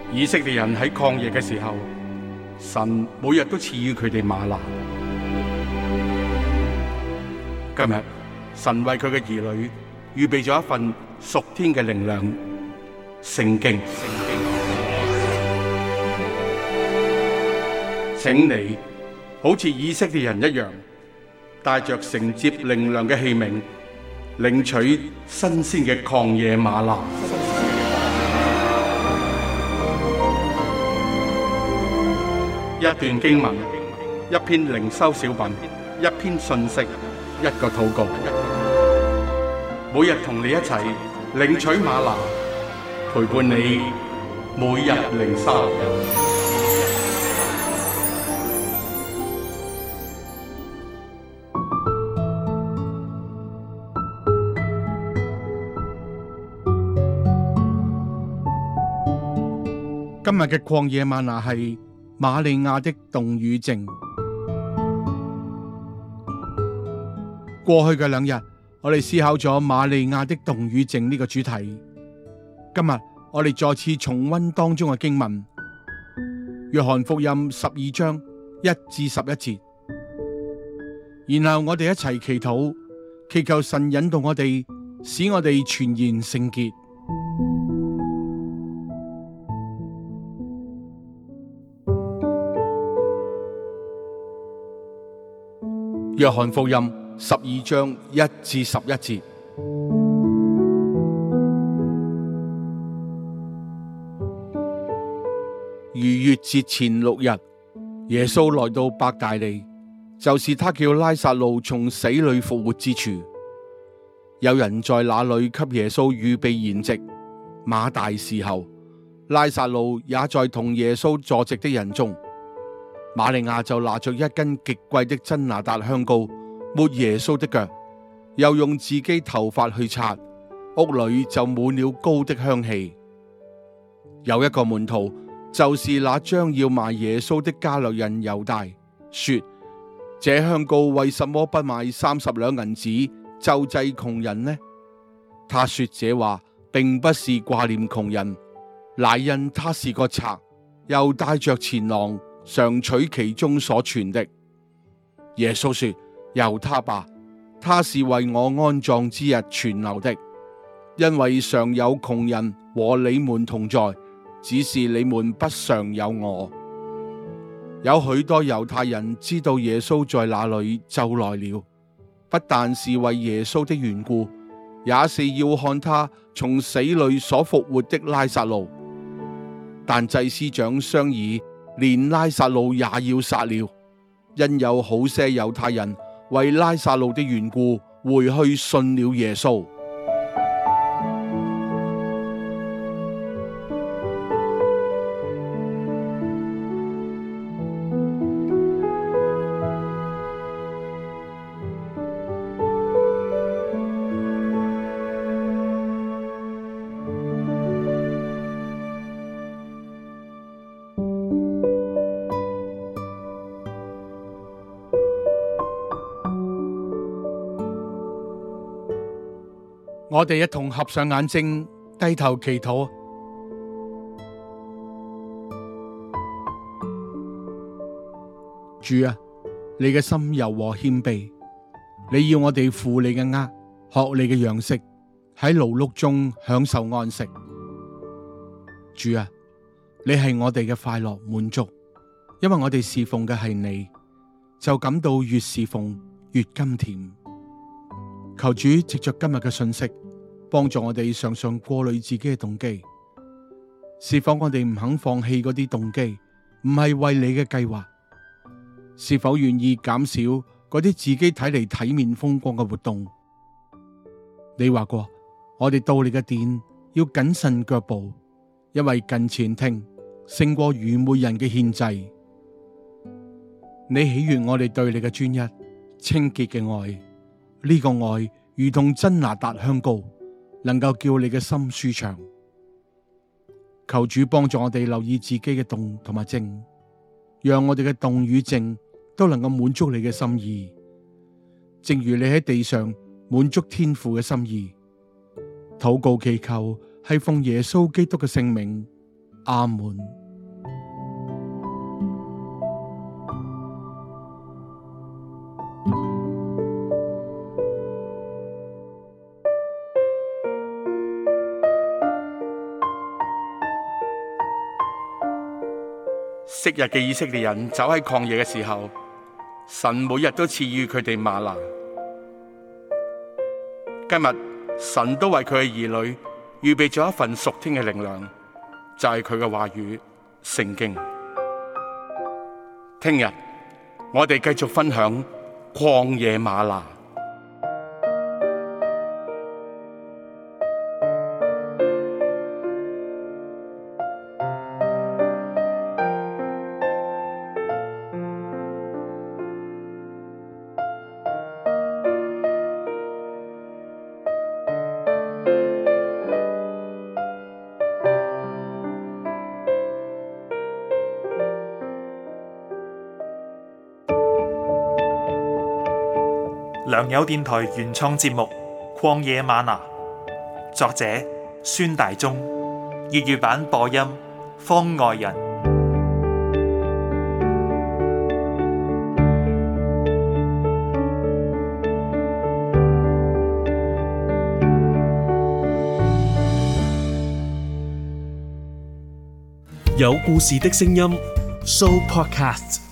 以色列人喺曠野嘅時候，神每日都賜予佢哋嗎哪。今日神為佢嘅兒女預備咗一份屬天嘅靈糧——聖經。請你好似以色列人一樣，帶着承接靈糧嘅器皿，領取新鮮嘅曠野嗎哪。一段經文，一篇靈修小品，一篇信息，一個禱告。每日同你一齊領取嗎哪，陪伴你每日靈修。今日嘅曠野嗎哪係瑪利亞的動與靜。過去嘅2日，我哋思考咗瑪利亞的動與靜呢個主題。今日我哋再次重溫當中嘅經文，約翰福音12章1至11節。然後我哋一齊祈禱，祈求神引導我哋，使我哋全然聖潔。約翰福音12章1至11節。逾越節前6日，耶穌來到伯大尼，就是他叫拉撒路從死裏復活之處。有人在那裏給耶穌預備筵席，馬大伺候，拉撒路也在同耶穌坐席的人中。瑪利亞就拿着一斤極貴的真哪噠香膏，抹耶穌的腳，又用自己頭髮去擦，屋裏就滿了膏的香氣。有一個門徒，就是那將要賣耶穌的加略人猶大，說：這香膏為什麼不賣30兩銀子，周濟窮人呢？他說這話並不是掛念窮人，乃因他是個賊，又帶着錢囊，常取其中所存的。耶穌說：由他吧，他是為我安葬之日存留的，因為常有窮人和你們同在，只是你們不常有我。有許多猶太人知道耶穌在那裏，就來了，不但是為耶穌的緣故，也是要看他從死裏所復活的拉撒路。但祭司長商議，連拉撒路也要殺了，因有好些猶太人為拉撒路的緣故回去信了耶穌。我哋一同合上眼睛，低頭祈禱。主啊，你嘅心柔和謙卑，你要我哋負你嘅軛，學你嘅樣式，喺勞碌中享受安息。主啊，你係我哋嘅快樂滿足，因為我哋侍奉嘅係你，就感到越侍奉越甘甜。求主藉着今日嘅信息，幫助我哋常常過濾自己嘅動機，是否我哋唔肯放棄嗰啲動機，唔係為你嘅計劃？是否願意減少嗰啲自己睇嚟體面風光嘅活動？你話過，我哋到你嘅殿要謹慎腳步，因為近前聽勝過愚昧人嘅獻祭。你喜悅我哋對你嘅專一、清潔嘅愛。呢個愛如同真哪噠香膏，能夠叫你嘅心舒暢。求主幫助我哋留意自己嘅動同埋靜，讓我哋嘅動與靜都能夠滿足你嘅心意，正如你喺地上滿足天父嘅心意。禱告祈求係奉耶穌基督嘅聖名， 阿門。昔日嘅以色列人走喺曠野嘅時候，神每日都賜予佢哋嗎哪。今日神都為佢嘅兒女預備咗一份屬天嘅靈糧，就係佢嘅話語聖經。聽日我哋繼續分享曠野嗎哪。 良友電台原創節目《曠野嗎哪》，作者孫大中，粵語版播音方外人， 有故事的聲音 Show Podcast。